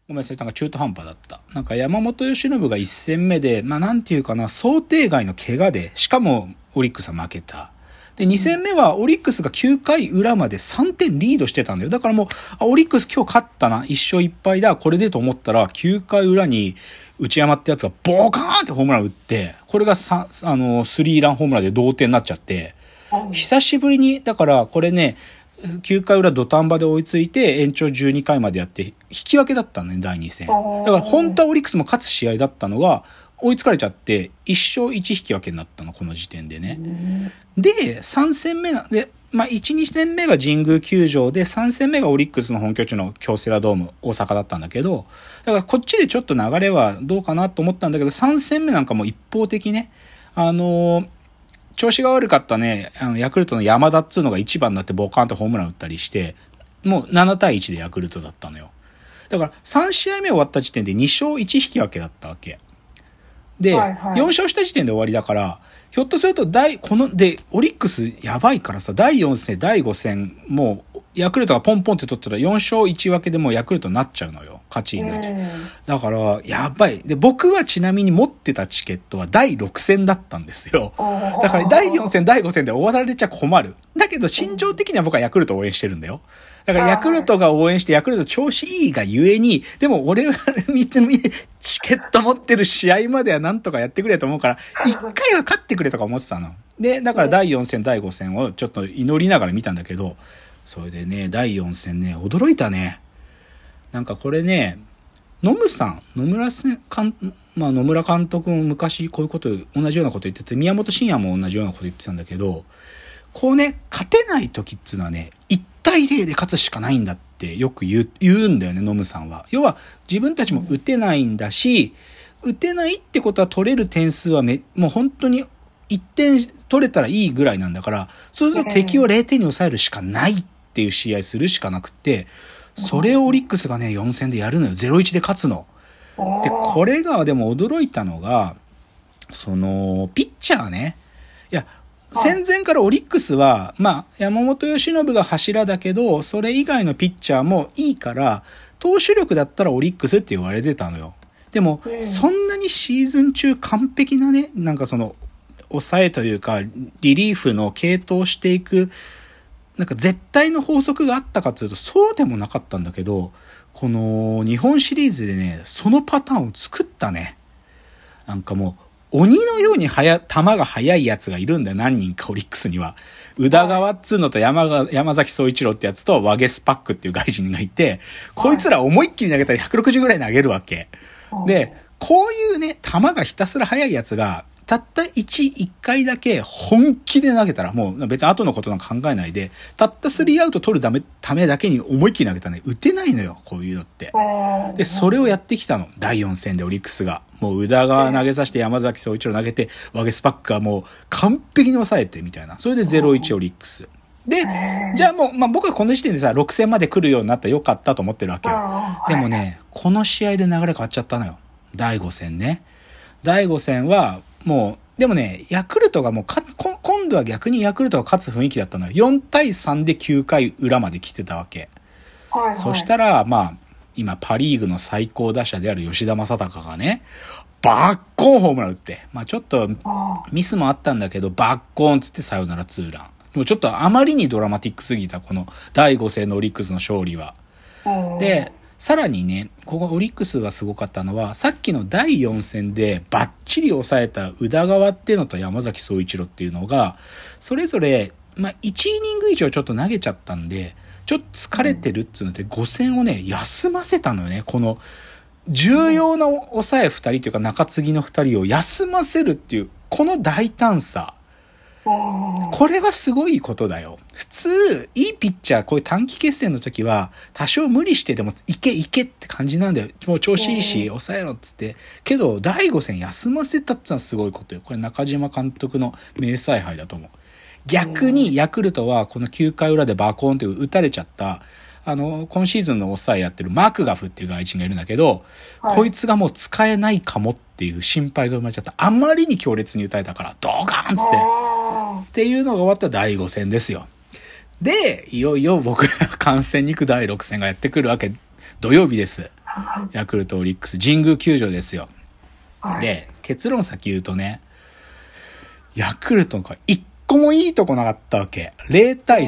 ごめんなさい、なんか中途半端だった。なんか山本由伸が1戦目で、なんていうかな、想定外の怪我で、しかもオリックスは負けた。で、2戦目はオリックスが9回裏まで3点リードしてたんだよ。だからもう、オリックス今日勝ったな、1勝1敗だ、これでと思ったら、9回裏に内山ってやつがボカーンってホームラン打って、これがスリーランホームランで同点になっちゃって、久しぶりに、だからこれね、9回裏土壇場で追いついて延長12回までやって引き分けだったのね、第2戦。だから本当はオリックスも勝つ試合だったのが追いつかれちゃって1勝1引き分けになったの、この時点でね。で、3戦目で、1、2戦目が神宮球場で、3戦目がオリックスの本拠地の京セラドーム、大阪だったんだけど、だからこっちでちょっと流れはどうかなと思ったんだけど、3戦目なんかも一方的ね、調子が悪かったね、ヤクルトの山田っつうのが1番になってボカーンとホームラン打ったりして、もう7対1でヤクルトだったのよ。だから3試合目終わった時点で2勝1引き分けだったわけ。で、4勝した時点で終わりだから、ひょっとするとオリックスやばいからさ、第4戦、第5戦、もう、ヤクルトがポンポンって取ったら4勝1分けでもうヤクルトになっちゃうのよ。勝ちになっちゃう。だから、やばい。で、僕はちなみに持ってたチケットは第6戦だったんですよ。だから第4戦、第5戦で終わられちゃ困る。だけど、心情的には僕はヤクルトを応援してるんだよ。だからヤクルトが応援してヤクルト調子いいがゆえに、でも俺はチケット持ってる試合まではなんとかやってくれと思うから、一回は勝ってくれとか思ってたの。で、だから第4戦、第5戦をちょっと祈りながら見たんだけど、それでね、第4戦ね、驚いたね。なんかこれね、野村監督も昔こういうこと、同じようなこと言ってて、宮本慎也も同じようなこと言ってたんだけど、こうね、勝てない時っていうのはね、1対0で勝つしかないんだってよく言うんだよね、ノムさんは。要は自分たちも打てないんだし、打てないってことは取れる点数はもう本当に1点取れたらいいぐらいなんだから、そうすると敵を0点に抑えるしかないっていう試合するしかなくって、それをオリックスがね、4戦でやるのよ。0-1で勝つの。で、これがでも驚いたのが、ピッチャーね。いや、戦前からオリックスは、山本由伸が柱だけど、それ以外のピッチャーもいいから、投手力だったらオリックスって言われてたのよ。でも、そんなにシーズン中完璧なね、なんか抑えというか、リリーフの系統していく、なんか絶対の法則があったかというと、そうでもなかったんだけど、この日本シリーズでね、そのパターンを作ったね。なんかもう、鬼のように球が速いやつがいるんだよ、何人かオリックスには。宇田川っつうのと山崎総一郎ってやつとワゲスパックっていう外人がいて、こいつら思いっきり投げたら160ぐらい投げるわけ。で、こういうね、球がひたすら速いやつが、たった1回だけ本気で投げたら、もう別に後のことなんか考えないで、たった3アウト取るためだけに思いっきり投げたらね、打てないのよ、こういうのって。で、それをやってきたの。第4戦でオリックスが。もう宇田川投げさせて山崎総一郎投げて、ワゲスパックがもう完璧に抑えてみたいな。それで 0-1 オリックス。で、じゃあもう、僕はこの時点でさ、6戦まで来るようになったらよかったと思ってるわけよ。でもね、この試合で流れ変わっちゃったのよ。第5戦ね。第5戦は、もう、でもね、ヤクルトがもう今度は逆にヤクルトが勝つ雰囲気だったのよ。4対3で9回裏まで来てたわけ。そしたら、今パリーグの最高打者である吉田正尚がね、バッコーンホームラン打って、ちょっとミスもあったんだけど、バッコーンつってサヨナラツーラン。でもちょっとあまりにドラマティックすぎた、この第5戦のオリックスの勝利は。で、さらにね、ここオリックスがすごかったのは、さっきの第4戦でバッチリ抑えた宇田川っていうのと山崎総一郎っていうのが、それぞれ、1イニング以上ちょっと投げちゃったんで、ちょっと疲れてるっつうので、5戦をね、休ませたのよね。この、重要な抑え2人というか中継ぎの2人を休ませるっていう、この大胆さ。これはすごいことだよ。普通、いいピッチャー、こういう短期決戦の時は、多少無理してでも、いけって感じなんだよ。もう調子いいし、抑えろっつって。けど、第5戦休ませたってのはすごいことよ。これ中島監督の名采配だと思う。逆に、ヤクルトは、この9回裏でバコーンって打たれちゃった、今シーズンの抑えやってるマクガフっていう外人がいるんだけど、こいつがもう使えないかもっていう心配が生まれちゃった。あまりに強烈に打たれたから、ドカーンっつって。っていうのが終わった第5戦ですよ。で、いよいよ僕が観戦に行く第6戦がやってくるわけ、土曜日です。 ヤクルトオリックス神宮球場ですよ。 はい、 で、結論先言うとね、ヤクルトが一個もいいとこなかったわけ。0対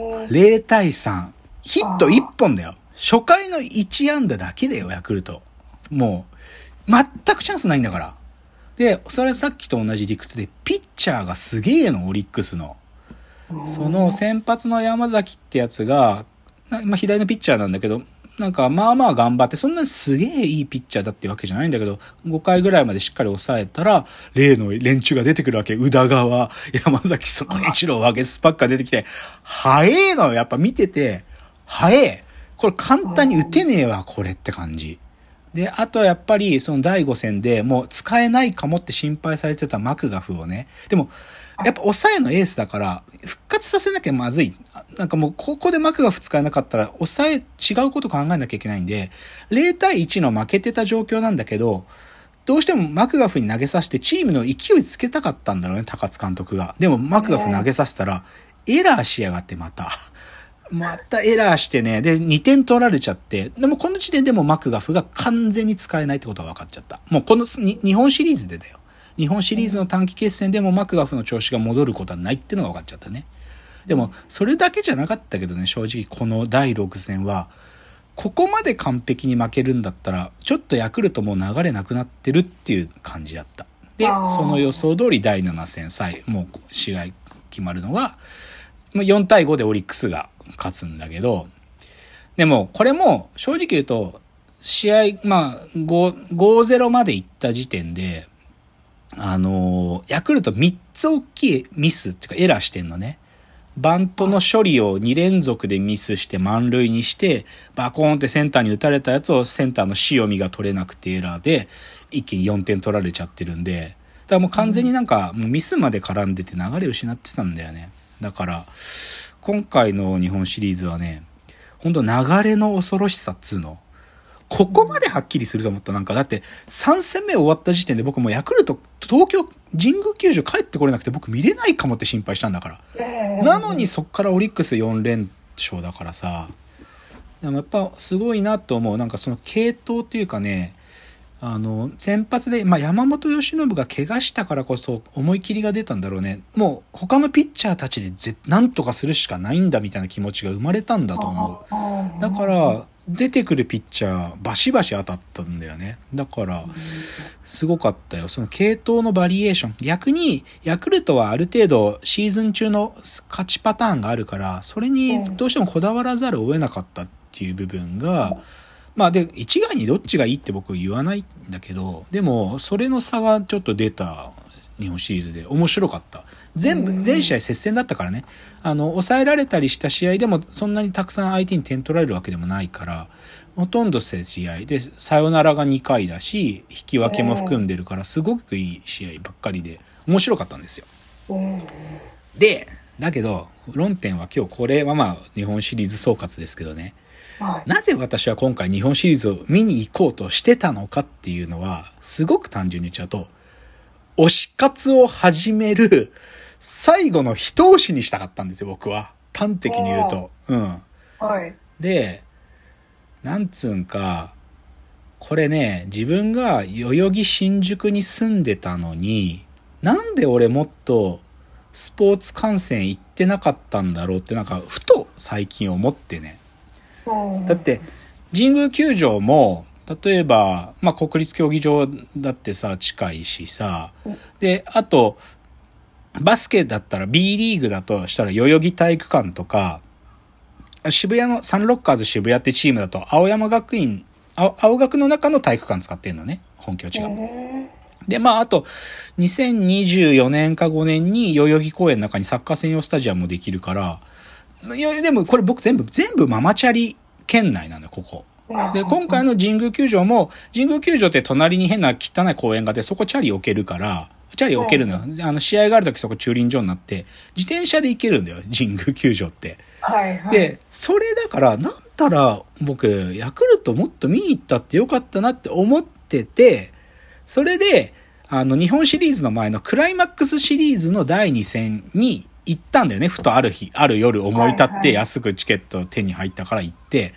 3、0対3。ヒット1本だよ。初回の1安打だけだよ、ヤクルト。もう、全くチャンスないんだから。で、それはさっきと同じ理屈で、ピッチャーがすげえの、オリックスの。その先発の山崎ってやつが、まあ、左のピッチャーなんだけど、なんかまあまあ頑張って、そんなにすげえいいピッチャーだってわけじゃないんだけど、5回ぐらいまでしっかり抑えたら、例の連中が出てくるわけ。宇田川、山崎総一郎、ワゲスパッカー出てきて、早えのよ、やっぱ見てて、早え。これ簡単に打てねえわ、これって感じ。で、あとはやっぱり、その第5戦でもう使えないかもって心配されてたマクガフをね、でも、やっぱ抑えのエースだから、復活させなきゃまずい。なんかもう、ここでマクガフ使えなかったら、抑え、違うこと考えなきゃいけないんで、0対1の負けてた状況なんだけど、どうしてもマクガフに投げさせてチームの勢いつけたかったんだろうね、高津監督が。でもマクガフ投げさせたら、エラーしやがってまた。またエラーしてね、で、2点取られちゃって、でもこの時点でもマクガフが完全に使えないってことが分かっちゃった。もうこの日本シリーズでだよ。日本シリーズの短期決戦でもマクガフの調子が戻ることはないってのが分かっちゃったね。でも、それだけじゃなかったけどね、正直この第6戦は、ここまで完璧に負けるんだったら、ちょっとヤクルトもう流れなくなってるっていう感じだった。で、その予想通り第7戦、もう試合決まるのは、4対5でオリックスが勝つんだけど、でも、これも正直言うと、試合、5-0まで行った時点で、ヤクルト3つ大きいミスっていうかエラーしてんのね。バントの処理を2連続でミスして満塁にして、バコーンってセンターに打たれたやつをセンターの塩見が取れなくてエラーで、一気に4点取られちゃってるんで、だからもう完全になんかもうミスまで絡んでて流れ失ってたんだよね。だから、今回の日本シリーズはね、ほんと流れの恐ろしさっつうの。ここまではっきりすると思った。なんかだって3戦目終わった時点で僕もヤクルト東京神宮球場帰ってこれなくて僕見れないかもって心配したんだから。なのにそっからオリックス4連勝だからさ。でもやっぱすごいなと思う。なんかその系統っていうかね、先発で、山本由伸が怪我したからこそ思い切りが出たんだろうね。もう他のピッチャーたちでなんとかするしかないんだみたいな気持ちが生まれたんだと思う。だから、出てくるピッチャーバシバシ当たったんだよね。だからすごかったよ。その系統のバリエーション。逆にヤクルトはある程度シーズン中の勝ちパターンがあるから、それにどうしてもこだわらざるを得なかったっていう部分が、で一概にどっちがいいって僕言わないんだけど、でもそれの差がちょっと出た日本シリーズで面白かった。全試合接戦だったからね。抑えられたりした試合でもそんなにたくさん相手に点取られるわけでもないから、ほとんど試合でサヨナラが2回だし、引き分けも含んでるからすごくいい試合ばっかりで面白かったんですよ。で、だけど論点は今日これは日本シリーズ総括ですけどね。なぜ私は今回日本シリーズを見に行こうとしてたのかっていうのは、すごく単純に言っちゃうと、推し活を始める最後の一押しにしたかったんですよ、僕は。端的に言うと。で、なんつうんか、これね、自分が代々木新宿に住んでたのに、なんで俺もっとスポーツ観戦行ってなかったんだろうってなんかふと最近思ってね。だって神宮球場も例えば国立競技場だってさ近いしさ、であとバスケだったら B リーグだとしたら代々木体育館とか、渋谷のサンロッカーズ渋谷ってチームだと青学の中の体育館使ってんのね、本拠地が。であと2024年か5年に代々木公園の中にサッカー専用スタジアムもできるから、いやでもこれ僕全部ママチャリ圏内なんだよ、ここ。で、今回の神宮球場も、神宮球場って隣に変な汚い公園があって、そこチャリ置けるから、チャリ置けるのよ。試合があるときそこ駐輪場になって、自転車で行けるんだよ、神宮球場って。で、それだから、なんたら僕、ヤクルトもっと見に行ったってよかったなって思ってて、それで、日本シリーズの前のクライマックスシリーズの第2戦に行ったんだよね。ふとある夜思い立って安くチケット手に入ったから行って。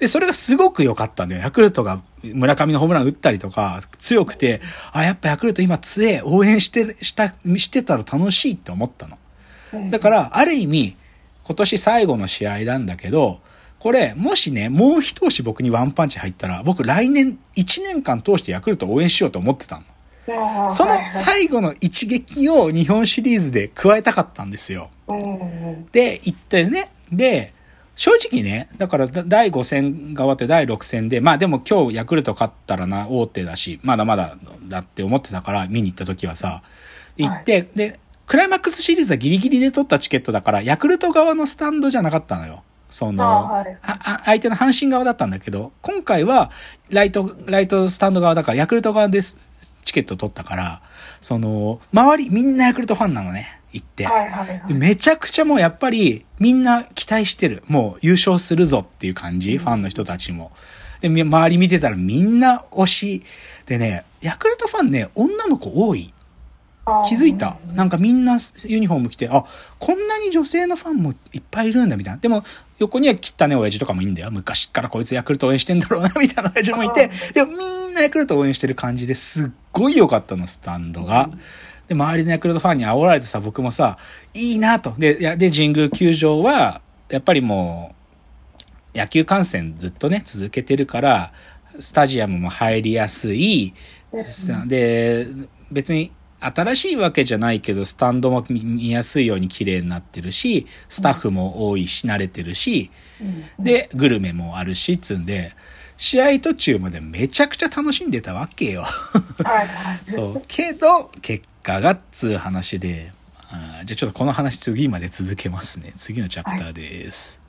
で、それがすごく良かったんだよ。ヤクルトが村上のホームラン打ったりとか、強くて、あ、やっぱヤクルト今強え、応援してたら楽しいって思ったの。だから、ある意味、今年最後の試合なんだけど、これ、もしね、もう一押し僕にワンパンチ入ったら、僕来年1年間通してヤクルト応援しようと思ってたの。その最後の一撃を日本シリーズで加えたかったんですよ。で、言ってね。で、正直ね、だから第5戦が終わって第6戦で、まあでも今日ヤクルト勝ったらな、大手だし、まだまだだって思ってたから見に行った時はさ、行って、で、クライマックスシリーズはギリギリで取ったチケットだから、ヤクルト側のスタンドじゃなかったのよ。相手の阪神側だったんだけど、今回はライトスタンド側だから、ヤクルト側ですチケット取ったから、周りみんなヤクルトファンなのね、行って。でめちゃくちゃもうやっぱりみんな期待してる。もう優勝するぞっていう感じ、ファンの人たちも。で、周り見てたらみんな推し。でね、ヤクルトファンね、女の子多い。気づいた。なんかみんなユニフォーム着て、あ、こんなに女性のファンもいっぱいいるんだみたいな。でも横には汚ね親父とかもいいんだよ。昔からこいつヤクルト応援してんだろうなみたいな親父もいて、でもみんなヤクルト応援してる感じですっごい良かったの、スタンドが。で、周りのヤクルトファンに煽られてさ、僕もさ、いいなと。で、神宮球場は、やっぱりもう、野球観戦ずっとね、続けてるから、スタジアムも入りやすい。で、別に、新しいわけじゃないけど、スタンドも見やすいように綺麗になってるし、スタッフも多いし、慣れてるし、で、グルメもあるし、つんで、試合途中までめちゃくちゃ楽しんでたわけよ。そう。けど、結果がっつう話で、じゃあちょっとこの話次まで続けますね。次のチャプターです。